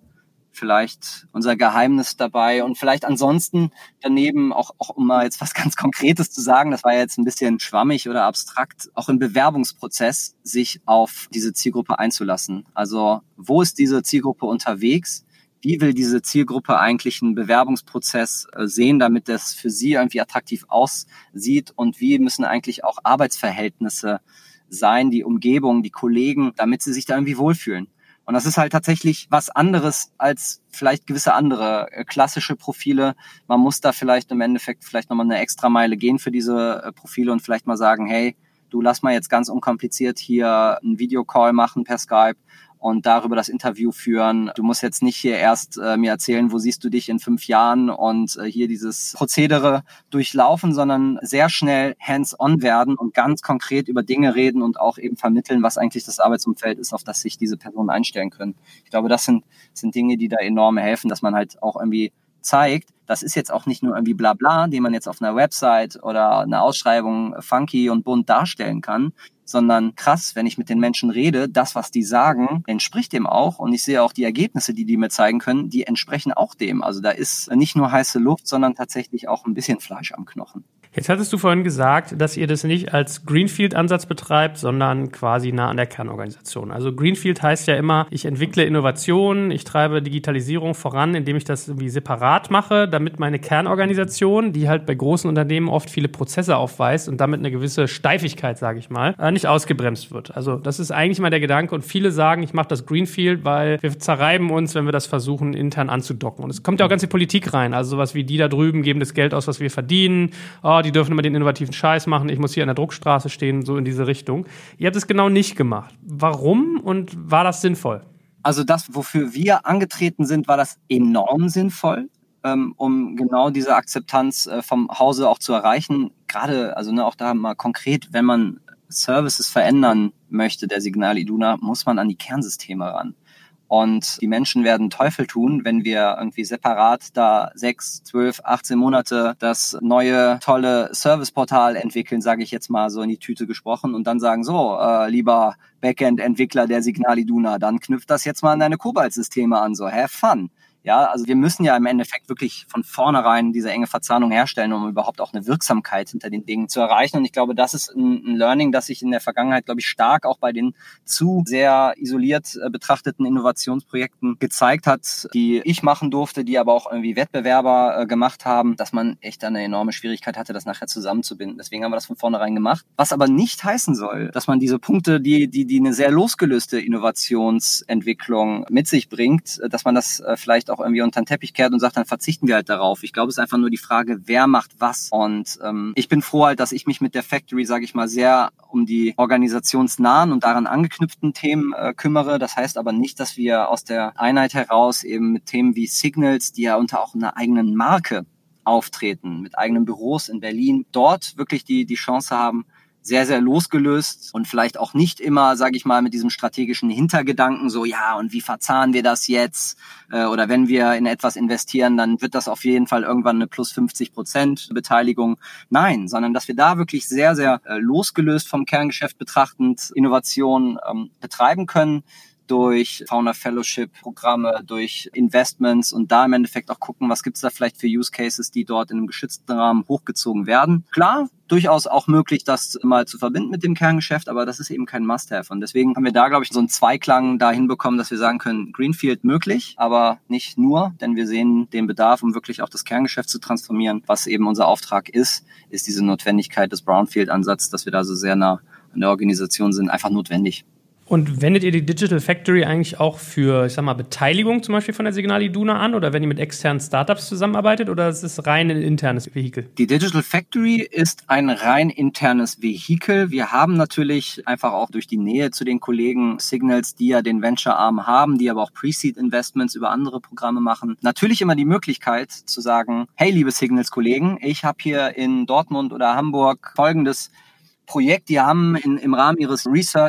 vielleicht unser Geheimnis dabei und vielleicht ansonsten daneben auch, auch um mal jetzt was ganz Konkretes zu sagen, das war jetzt ein bisschen schwammig oder abstrakt, auch im Bewerbungsprozess sich auf diese Zielgruppe einzulassen. Also wo ist diese Zielgruppe unterwegs? Wie will diese Zielgruppe eigentlich einen Bewerbungsprozess sehen, damit das für sie irgendwie attraktiv aussieht? Und wie müssen eigentlich auch Arbeitsverhältnisse sein, die Umgebung, die Kollegen, damit sie sich da irgendwie wohlfühlen? Und das ist halt tatsächlich was anderes als vielleicht gewisse andere äh, klassische Profile. Man muss da vielleicht im Endeffekt vielleicht nochmal eine extra Meile gehen für diese äh, Profile und vielleicht mal sagen, hey, du lass mal jetzt ganz unkompliziert hier einen Videocall machen per Skype und darüber das Interview führen. Du musst jetzt nicht hier erst äh, mir erzählen, wo siehst du dich in fünf Jahren und äh, hier dieses Prozedere durchlaufen, sondern sehr schnell hands-on werden und ganz konkret über Dinge reden und auch eben vermitteln, was eigentlich das Arbeitsumfeld ist, auf das sich diese Personen einstellen können. Ich glaube, das sind, sind Dinge, die da enorm helfen, dass man halt auch irgendwie zeigt, das ist jetzt auch nicht nur irgendwie Blabla, den man jetzt auf einer Website oder einer Ausschreibung funky und bunt darstellen kann, sondern krass, wenn ich mit den Menschen rede, das, was die sagen, entspricht dem auch. Und ich sehe auch die Ergebnisse, die die mir zeigen können, die entsprechen auch dem. Also da ist nicht nur heiße Luft, sondern tatsächlich auch ein bisschen Fleisch am Knochen. Jetzt hattest du vorhin gesagt, dass ihr das nicht als Greenfield-Ansatz betreibt, sondern quasi nah an der Kernorganisation. Also Greenfield heißt ja immer, ich entwickle Innovationen, ich treibe Digitalisierung voran, indem ich das irgendwie separat mache, damit meine Kernorganisation, die halt bei großen Unternehmen oft viele Prozesse aufweist und damit eine gewisse Steifigkeit, sage ich mal, nicht ausgebremst wird. Also das ist eigentlich mal der Gedanke und viele sagen, ich mache das Greenfield, weil wir zerreiben uns, wenn wir das versuchen, intern anzudocken. Und es kommt ja auch ganz die Politik rein, also sowas wie die da drüben geben das Geld aus, was wir verdienen, oh, die dürfen immer den innovativen Scheiß machen, ich muss hier an der Druckstraße stehen, so in diese Richtung. Ihr habt es genau nicht gemacht. Warum und war das sinnvoll? Also das, wofür wir angetreten sind, war das enorm sinnvoll, ähm, um genau diese Akzeptanz äh, vom Hause auch zu erreichen. Gerade, also ne, auch da mal konkret, wenn man Services verändern möchte, der Signal Iduna, muss man an die Kernsysteme ran. Und die Menschen werden Teufel tun, wenn wir irgendwie separat da sechs, zwölf, achtzehn Monate das neue, tolle Serviceportal entwickeln, sage ich jetzt mal so in die Tüte gesprochen, und dann sagen, so, äh, lieber Backend-Entwickler der Signal Iduna, dann knüpft das jetzt mal an deine Kobalt-Systeme an, so have fun. Ja, also wir müssen ja im Endeffekt wirklich von vornherein diese enge Verzahnung herstellen, um überhaupt auch eine Wirksamkeit hinter den Dingen zu erreichen. Und ich glaube, das ist ein, ein Learning, das sich in der Vergangenheit, glaube ich, stark auch bei den zu sehr isoliert äh, betrachteten Innovationsprojekten gezeigt hat, die ich machen durfte, die aber auch irgendwie Wettbewerber äh, gemacht haben, dass man echt eine enorme Schwierigkeit hatte, das nachher zusammenzubinden. Deswegen haben wir das von vornherein gemacht. Was aber nicht heißen soll, dass man diese Punkte, die, die, die eine sehr losgelöste Innovationsentwicklung mit sich bringt, dass man das äh, vielleicht auch irgendwie unter den Teppich kehrt und sagt, dann verzichten wir halt darauf. Ich glaube, es ist einfach nur die Frage, wer macht was. Und ähm, ich bin froh halt, dass ich mich mit der Factory, sage ich mal, sehr um die organisationsnahen und daran angeknüpften Themen äh, kümmere. Das heißt aber nicht, dass wir aus der Einheit heraus eben mit Themen wie Signals, die ja unter auch einer eigenen Marke auftreten, mit eigenen Büros in Berlin, dort wirklich die die Chance haben, sehr, sehr losgelöst und vielleicht auch nicht immer, sage ich mal, mit diesem strategischen Hintergedanken, so ja, und wie verzahnen wir das jetzt? Äh, oder wenn wir in etwas investieren, dann wird das auf jeden Fall irgendwann eine plus fünfzig Prozent Beteiligung. Nein, sondern dass wir da wirklich sehr, sehr äh, losgelöst vom Kerngeschäft betrachtend Innovation ähm, betreiben können, durch Founder Fellowship Programme, durch Investments und da im Endeffekt auch gucken, was gibt's da vielleicht für Use Cases, die dort in einem geschützten Rahmen hochgezogen werden. Klar, durchaus auch möglich, das mal zu verbinden mit dem Kerngeschäft, aber das ist eben kein Must-Have. Und deswegen haben wir da, glaube ich, so einen Zweiklang dahin bekommen, dass wir sagen können, Greenfield möglich, aber nicht nur, denn wir sehen den Bedarf, um wirklich auch das Kerngeschäft zu transformieren. Was eben unser Auftrag ist, ist diese Notwendigkeit des Brownfield-Ansatzes, dass wir da so sehr nah an der Organisation sind, einfach notwendig. Und wendet ihr die Digital Factory eigentlich auch für, ich sag mal, Beteiligung zum Beispiel von der Signal Iduna an oder wenn ihr mit externen Startups zusammenarbeitet oder ist es rein ein internes Vehikel? Die Digital Factory ist ein rein internes Vehikel. Wir haben natürlich einfach auch durch die Nähe zu den Kollegen Signals, die ja den Venture-Arm haben, die aber auch Pre-Seed-Investments über andere Programme machen, natürlich immer die Möglichkeit zu sagen, hey, liebe Signals-Kollegen, ich habe hier in Dortmund oder Hamburg folgendes Projekt, die haben in, im Rahmen ihres Researchs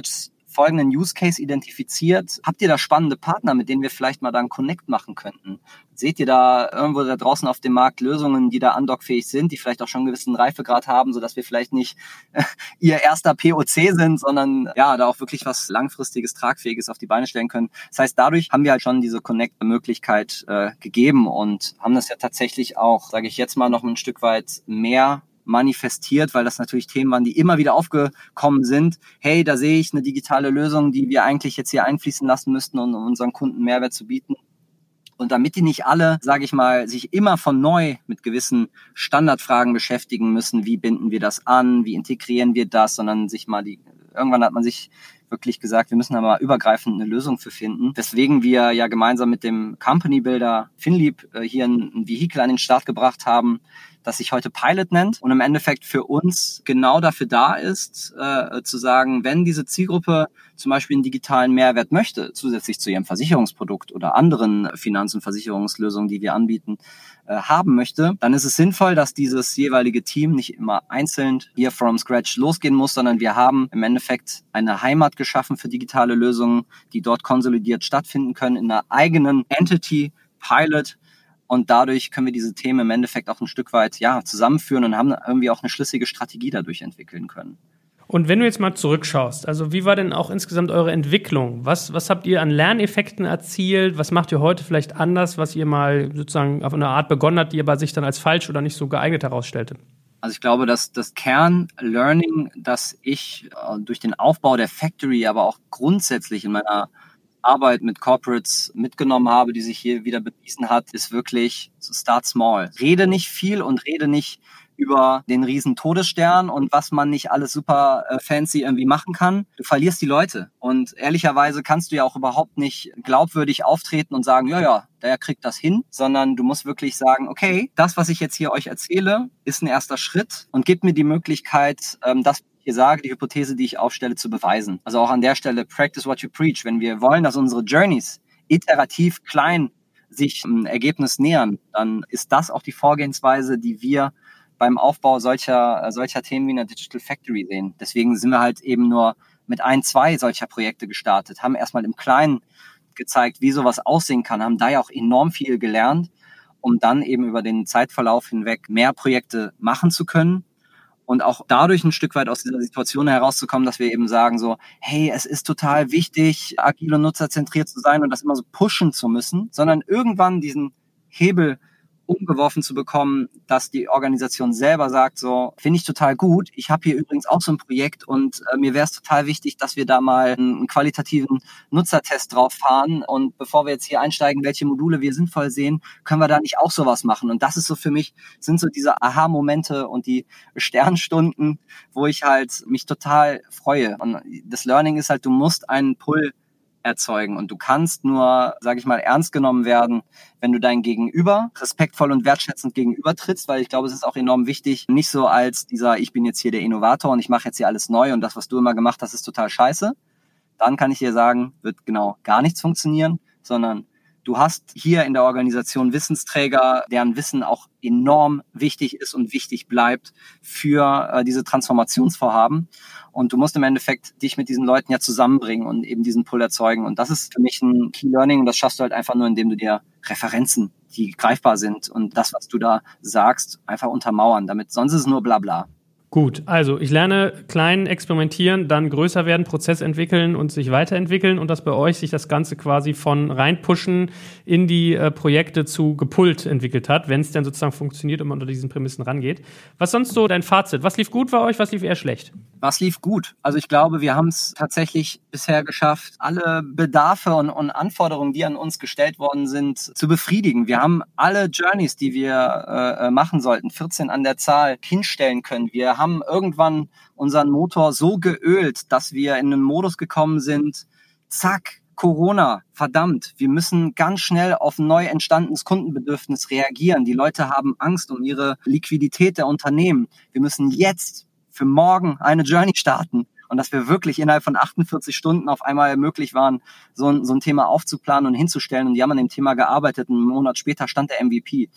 folgenden Use Case identifiziert. Habt ihr da spannende Partner, mit denen wir vielleicht mal da einen Connect machen könnten? Seht ihr da irgendwo da draußen auf dem Markt Lösungen, die da undockfähig sind, die vielleicht auch schon einen gewissen Reifegrad haben, sodass wir vielleicht nicht äh, ihr erster P O C sind, sondern ja, da auch wirklich was Langfristiges, Tragfähiges auf die Beine stellen können. Das heißt, dadurch haben wir halt schon diese Connect-Möglichkeit äh, gegeben und haben das ja tatsächlich auch, sage ich jetzt mal, noch ein Stück weit mehr manifestiert, weil das natürlich Themen waren, die immer wieder aufgekommen sind. Hey, da sehe ich eine digitale Lösung, die wir eigentlich jetzt hier einfließen lassen müssten, um unseren Kunden Mehrwert zu bieten. Und damit die nicht alle, sage ich mal, sich immer von neu mit gewissen Standardfragen beschäftigen müssen, wie binden wir das an, wie integrieren wir das, sondern sich mal die, irgendwann hat man sich wirklich gesagt, wir müssen da mal übergreifend eine Lösung für finden. Weswegen wir ja gemeinsam mit dem Company Builder Finlieb äh, hier ein, ein Vehikel an den Start gebracht haben, das sich heute Pilot nennt und im Endeffekt für uns genau dafür da ist, äh, zu sagen, wenn diese Zielgruppe zum Beispiel einen digitalen Mehrwert möchte, zusätzlich zu ihrem Versicherungsprodukt oder anderen Finanz- und Versicherungslösungen, die wir anbieten, äh, haben möchte, dann ist es sinnvoll, dass dieses jeweilige Team nicht immer einzeln hier from scratch losgehen muss, sondern wir haben im Endeffekt eine Heimat geschaffen für digitale Lösungen, die dort konsolidiert stattfinden können in einer eigenen Entity, Pilot. Und dadurch können wir diese Themen im Endeffekt auch ein Stück weit ja, zusammenführen und haben irgendwie auch eine schlüssige Strategie dadurch entwickeln können. Und wenn du jetzt mal zurückschaust, also wie war denn auch insgesamt eure Entwicklung? Was, was habt ihr an Lerneffekten erzielt? Was macht ihr heute vielleicht anders, was ihr mal sozusagen auf eine Art begonnen habt, die aber sich dann als falsch oder nicht so geeignet herausstellte? Also ich glaube, dass das Kern-Learning, das ich äh, durch den Aufbau der Factory, aber auch grundsätzlich in meiner Arbeit mit Corporates mitgenommen habe, die sich hier wieder bewiesen hat, ist wirklich so start small. Rede nicht viel und rede nicht über den riesen Todesstern und was man nicht alles super äh, fancy irgendwie machen kann. Du verlierst die Leute. Und ehrlicherweise kannst du ja auch überhaupt nicht glaubwürdig auftreten und sagen, ja, ja, der kriegt das hin, sondern du musst wirklich sagen, okay, das, was ich jetzt hier euch erzähle, ist ein erster Schritt und gibt mir die Möglichkeit, ähm, das hier sage, die Hypothese, die ich aufstelle, zu beweisen. Also auch an der Stelle, practice what you preach. Wenn wir wollen, dass unsere Journeys iterativ klein sich ein Ergebnis nähern, dann ist das auch die Vorgehensweise, die wir beim Aufbau solcher, solcher Themen wie einer Digital Factory sehen. Deswegen sind wir halt eben nur mit ein, zwei solcher Projekte gestartet, haben erstmal im Kleinen gezeigt, wie sowas aussehen kann, haben da ja auch enorm viel gelernt, um dann eben über den Zeitverlauf hinweg mehr Projekte machen zu können. Und auch dadurch ein Stück weit aus dieser Situation herauszukommen, dass wir eben sagen so, hey, es ist total wichtig, agil und nutzerzentriert zu sein und das immer so pushen zu müssen, sondern irgendwann diesen Hebel umgeworfen zu bekommen, dass die Organisation selber sagt so, finde ich total gut. Ich habe hier übrigens auch so ein Projekt und äh, mir wäre es total wichtig, dass wir da mal einen, einen qualitativen Nutzertest drauf fahren und bevor wir jetzt hier einsteigen, welche Module wir sinnvoll sehen, können wir da nicht auch sowas machen. Und das ist so für mich, sind so diese Aha-Momente und die Sternstunden, wo ich halt mich total freue. Und das Learning ist halt, du musst einen Pull erzeugen. Und du kannst nur, sage ich mal, ernst genommen werden, wenn du dein Gegenüber respektvoll und wertschätzend gegenübertrittst, weil ich glaube, es ist auch enorm wichtig, nicht so als dieser, ich bin jetzt hier der Innovator und ich mache jetzt hier alles neu und das, was du immer gemacht hast, ist total scheiße. Dann kann ich dir sagen, wird genau gar nichts funktionieren, sondern du hast hier in der Organisation Wissensträger, deren Wissen auch enorm wichtig ist und wichtig bleibt für äh, diese Transformationsvorhaben. Und du musst im Endeffekt dich mit diesen Leuten ja zusammenbringen und eben diesen Pull erzeugen. Und das ist für mich ein Key Learning und das schaffst du halt einfach nur, indem du dir Referenzen, die greifbar sind und das, was du da sagst, einfach untermauern. Damit, sonst ist es nur Blabla. Gut, also ich lerne klein experimentieren, dann größer werden, Prozess entwickeln und sich weiterentwickeln und dass bei euch sich das Ganze quasi von reinpushen in die äh, Projekte zu gepullt entwickelt hat, wenn es dann sozusagen funktioniert und man unter diesen Prämissen rangeht. Was sonst so dein Fazit? Was lief gut bei euch, was lief eher schlecht? Was lief gut? Also ich glaube, wir haben es tatsächlich bisher geschafft, alle Bedarfe und, und Anforderungen, die an uns gestellt worden sind, zu befriedigen. Wir haben alle Journeys, die wir äh, machen sollten, vierzehn an der Zahl, hinstellen können. Wir haben irgendwann unseren Motor so geölt, dass wir in einen Modus gekommen sind, zack, Corona, verdammt, wir müssen ganz schnell auf ein neu entstandenes Kundenbedürfnis reagieren. Die Leute haben Angst um ihre Liquidität der Unternehmen. Wir müssen jetzt für morgen eine Journey starten. Und dass wir wirklich innerhalb von achtundvierzig Stunden auf einmal möglich waren, so ein, so ein Thema aufzuplanen und hinzustellen. Und die haben an dem Thema gearbeitet. Einen Monat später stand der M V P.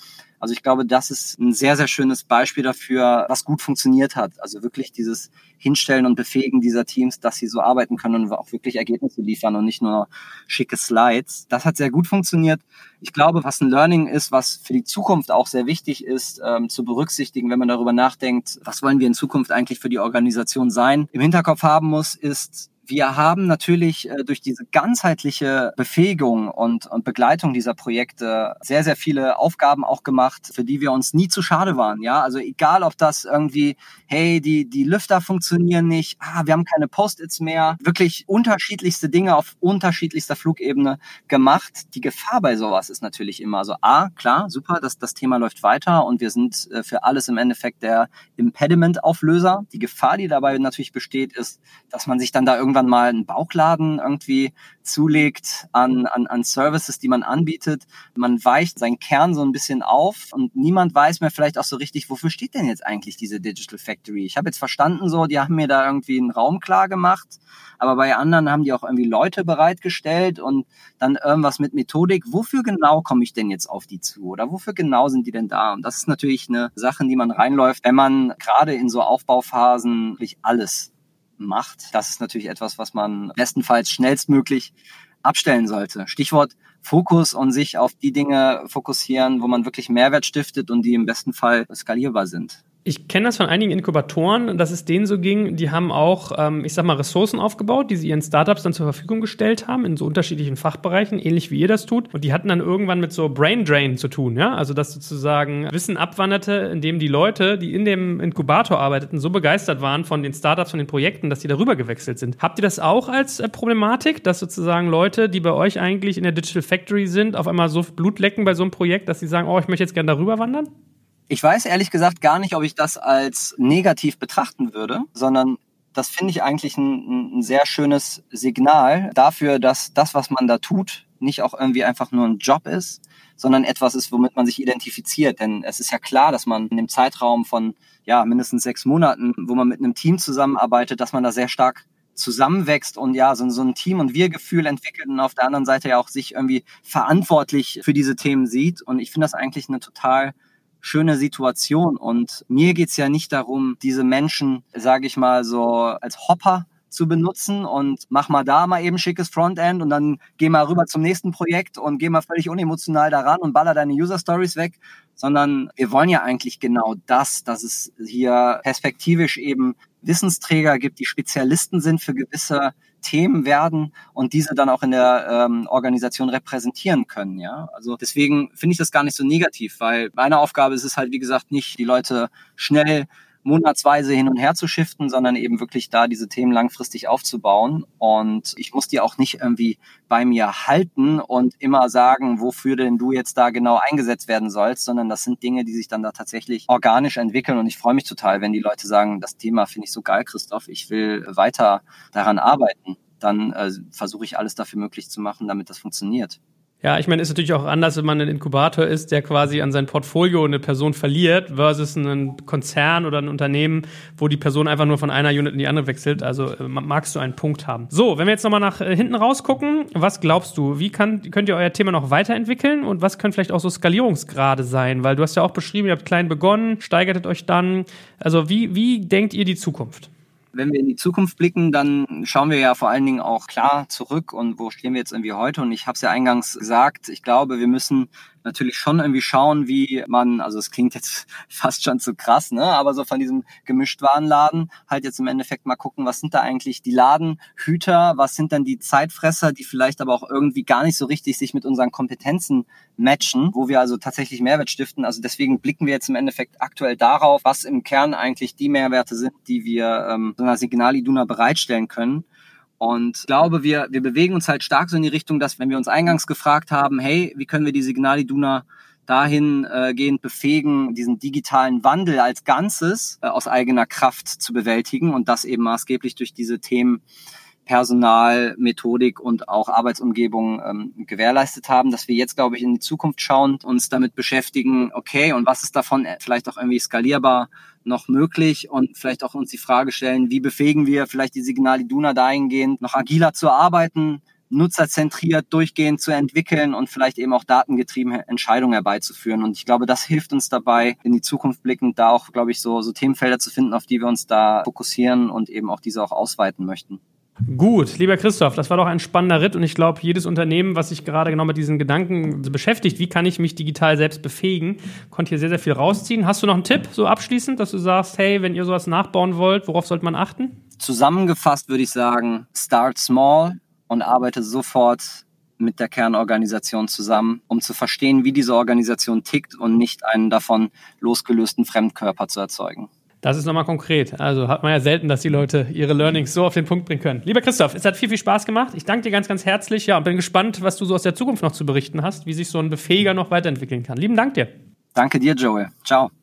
Also ich glaube, das ist ein sehr, sehr schönes Beispiel dafür, was gut funktioniert hat. Also wirklich dieses Hinstellen und Befähigen dieser Teams, dass sie so arbeiten können und auch wirklich Ergebnisse liefern und nicht nur schicke Slides. Das hat sehr gut funktioniert. Ich glaube, was ein Learning ist, was für die Zukunft auch sehr wichtig ist, ähm, zu berücksichtigen, wenn man darüber nachdenkt, was wollen wir in Zukunft eigentlich für die Organisation sein, im Hinterkopf haben muss, ist, wir haben natürlich äh, durch diese ganzheitliche Befähigung und, und Begleitung dieser Projekte sehr, sehr viele Aufgaben auch gemacht, für die wir uns nie zu schade waren. Ja, also egal, ob das irgendwie, hey, die, die Lüfter funktionieren nicht, ah, wir haben keine Post-its mehr, wirklich unterschiedlichste Dinge auf unterschiedlichster Flugebene gemacht. Die Gefahr bei sowas ist natürlich immer so, ah, klar, super, das, das Thema läuft weiter und wir sind äh, für alles im Endeffekt der Impediment-Auflöser. Die Gefahr, die dabei natürlich besteht, ist, dass man sich dann da irgendwie irgendwann mal einen Bauchladen irgendwie zulegt an, an, an Services, die man anbietet. Man weicht seinen Kern so ein bisschen auf und niemand weiß mehr vielleicht auch so richtig, wofür steht denn jetzt eigentlich diese Digital Factory? Ich habe jetzt verstanden, so, die haben mir da irgendwie einen Raum klar gemacht, aber bei anderen haben die auch irgendwie Leute bereitgestellt und dann irgendwas mit Methodik. Wofür genau komme ich denn jetzt auf die zu? Oder wofür genau sind die denn da? Und das ist natürlich eine Sache, in die man reinläuft, wenn man gerade in so Aufbauphasen wirklich alles macht. Das ist natürlich etwas, was man bestenfalls schnellstmöglich abstellen sollte. Stichwort Fokus und sich auf die Dinge fokussieren, wo man wirklich Mehrwert stiftet und die im besten Fall skalierbar sind. Ich kenne das von einigen Inkubatoren, dass es denen so ging, die haben auch, ähm, ich sag mal, Ressourcen aufgebaut, die sie ihren Startups dann zur Verfügung gestellt haben, in so unterschiedlichen Fachbereichen, ähnlich wie ihr das tut. Und die hatten dann irgendwann mit so Brain Drain zu tun, ja, also dass sozusagen Wissen abwanderte, indem die Leute, die in dem Inkubator arbeiteten, so begeistert waren von den Startups, von den Projekten, dass die darüber gewechselt sind. Habt ihr das auch als äh, Problematik, dass sozusagen Leute, die bei euch eigentlich in der Digital Factory sind, auf einmal so Blut lecken bei so einem Projekt, dass sie sagen, oh, ich möchte jetzt gerne darüber wandern? Ich weiß ehrlich gesagt gar nicht, ob ich das als negativ betrachten würde, sondern das finde ich eigentlich ein, ein sehr schönes Signal dafür, dass das, was man da tut, nicht auch irgendwie einfach nur ein Job ist, sondern etwas ist, womit man sich identifiziert. Denn es ist ja klar, dass man in dem Zeitraum von ja mindestens sechs Monaten, wo man mit einem Team zusammenarbeitet, dass man da sehr stark zusammenwächst und ja, so, so ein Team- und Wir-Gefühl entwickelt und auf der anderen Seite ja auch sich irgendwie verantwortlich für diese Themen sieht. Und ich finde das eigentlich eine total schöne Situation. Und mir geht's ja nicht darum, diese Menschen, sage ich mal, so als Hopper zu benutzen und mach mal da mal eben schickes Frontend und dann geh mal rüber zum nächsten Projekt und geh mal völlig unemotional daran und baller deine User-Stories weg, sondern wir wollen ja eigentlich genau das, dass es hier perspektivisch eben Wissensträger gibt, die Spezialisten sind für gewisse Themen werden und diese dann auch in der ähm, Organisation repräsentieren können. Ja, also deswegen finde ich das gar nicht so negativ, weil meine Aufgabe ist es halt, wie gesagt, nicht die Leute schnell monatsweise hin und her zu shiften, sondern eben wirklich da diese Themen langfristig aufzubauen. Und ich muss die auch nicht irgendwie bei mir halten und immer sagen, wofür denn du jetzt da genau eingesetzt werden sollst, sondern das sind Dinge, die sich dann da tatsächlich organisch entwickeln. Und ich freue mich total, wenn die Leute sagen, das Thema finde ich so geil, Christoph, ich will weiter daran arbeiten. Dann äh, versuche ich alles dafür möglich zu machen, damit das funktioniert. Ja, ich meine, ist natürlich auch anders, wenn man ein Inkubator ist, der quasi an sein Portfolio eine Person verliert, versus ein Konzern oder ein Unternehmen, wo die Person einfach nur von einer Unit in die andere wechselt. Also äh, magst du einen Punkt haben. So, wenn wir jetzt nochmal nach äh, hinten rausgucken, was glaubst du, wie kann, könnt ihr euer Thema noch weiterentwickeln und was können vielleicht auch so Skalierungsgrade sein? Weil du hast ja auch beschrieben, ihr habt klein begonnen, steigertet euch dann. Also wie, wie denkt ihr die Zukunft? Wenn wir in die Zukunft blicken, dann schauen wir ja vor allen Dingen auch klar zurück und wo stehen wir jetzt irgendwie heute. Und ich habe es ja eingangs gesagt, ich glaube, wir müssen natürlich schon irgendwie schauen, wie man, also es klingt jetzt fast schon zu krass, ne, aber so von diesem Gemischtwarenladen halt jetzt im Endeffekt mal gucken, was sind da eigentlich die Ladenhüter, was sind dann die Zeitfresser, die vielleicht aber auch irgendwie gar nicht so richtig sich mit unseren Kompetenzen matchen, wo wir also tatsächlich Mehrwert stiften. Also deswegen blicken wir jetzt im Endeffekt aktuell darauf, was im Kern eigentlich die Mehrwerte sind, die wir ähm, so einer Signal Iduna bereitstellen können. Und ich glaube, wir, wir bewegen uns halt stark so in die Richtung, dass, wenn wir uns eingangs gefragt haben, hey, wie können wir die Signal Iduna dahingehend befähigen, diesen digitalen Wandel als Ganzes äh, aus eigener Kraft zu bewältigen und das eben maßgeblich durch diese Themen Personal, Methodik und auch Arbeitsumgebung ähm, gewährleistet haben, dass wir jetzt, glaube ich, in die Zukunft schauen, uns damit beschäftigen, okay, und was ist davon vielleicht auch irgendwie skalierbar noch möglich und vielleicht auch uns die Frage stellen, wie befähigen wir vielleicht die Signal Iduna dahingehend, noch agiler zu arbeiten, nutzerzentriert durchgehend zu entwickeln und vielleicht eben auch datengetriebene Entscheidungen herbeizuführen. Und ich glaube, das hilft uns dabei, in die Zukunft blickend, da auch, glaube ich, so, so Themenfelder zu finden, auf die wir uns da fokussieren und eben auch diese auch ausweiten möchten. Gut, lieber Christoph, das war doch ein spannender Ritt und ich glaube, jedes Unternehmen, was sich gerade genau mit diesen Gedanken beschäftigt, wie kann ich mich digital selbst befähigen, konnte hier sehr, sehr viel rausziehen. Hast du noch einen Tipp, so abschließend, dass du sagst, hey, wenn ihr sowas nachbauen wollt, worauf sollte man achten? Zusammengefasst würde ich sagen, start small und arbeite sofort mit der Kernorganisation zusammen, um zu verstehen, wie diese Organisation tickt und nicht einen davon losgelösten Fremdkörper zu erzeugen. Das ist nochmal konkret. Also hat man ja selten, dass die Leute ihre Learnings so auf den Punkt bringen können. Lieber Christoph, es hat viel, viel Spaß gemacht. Ich danke dir ganz, ganz herzlich. Ja, und bin gespannt, was du so aus der Zukunft noch zu berichten hast, wie sich so ein Befähiger noch weiterentwickeln kann. Lieben Dank dir. Danke dir, Joel. Ciao.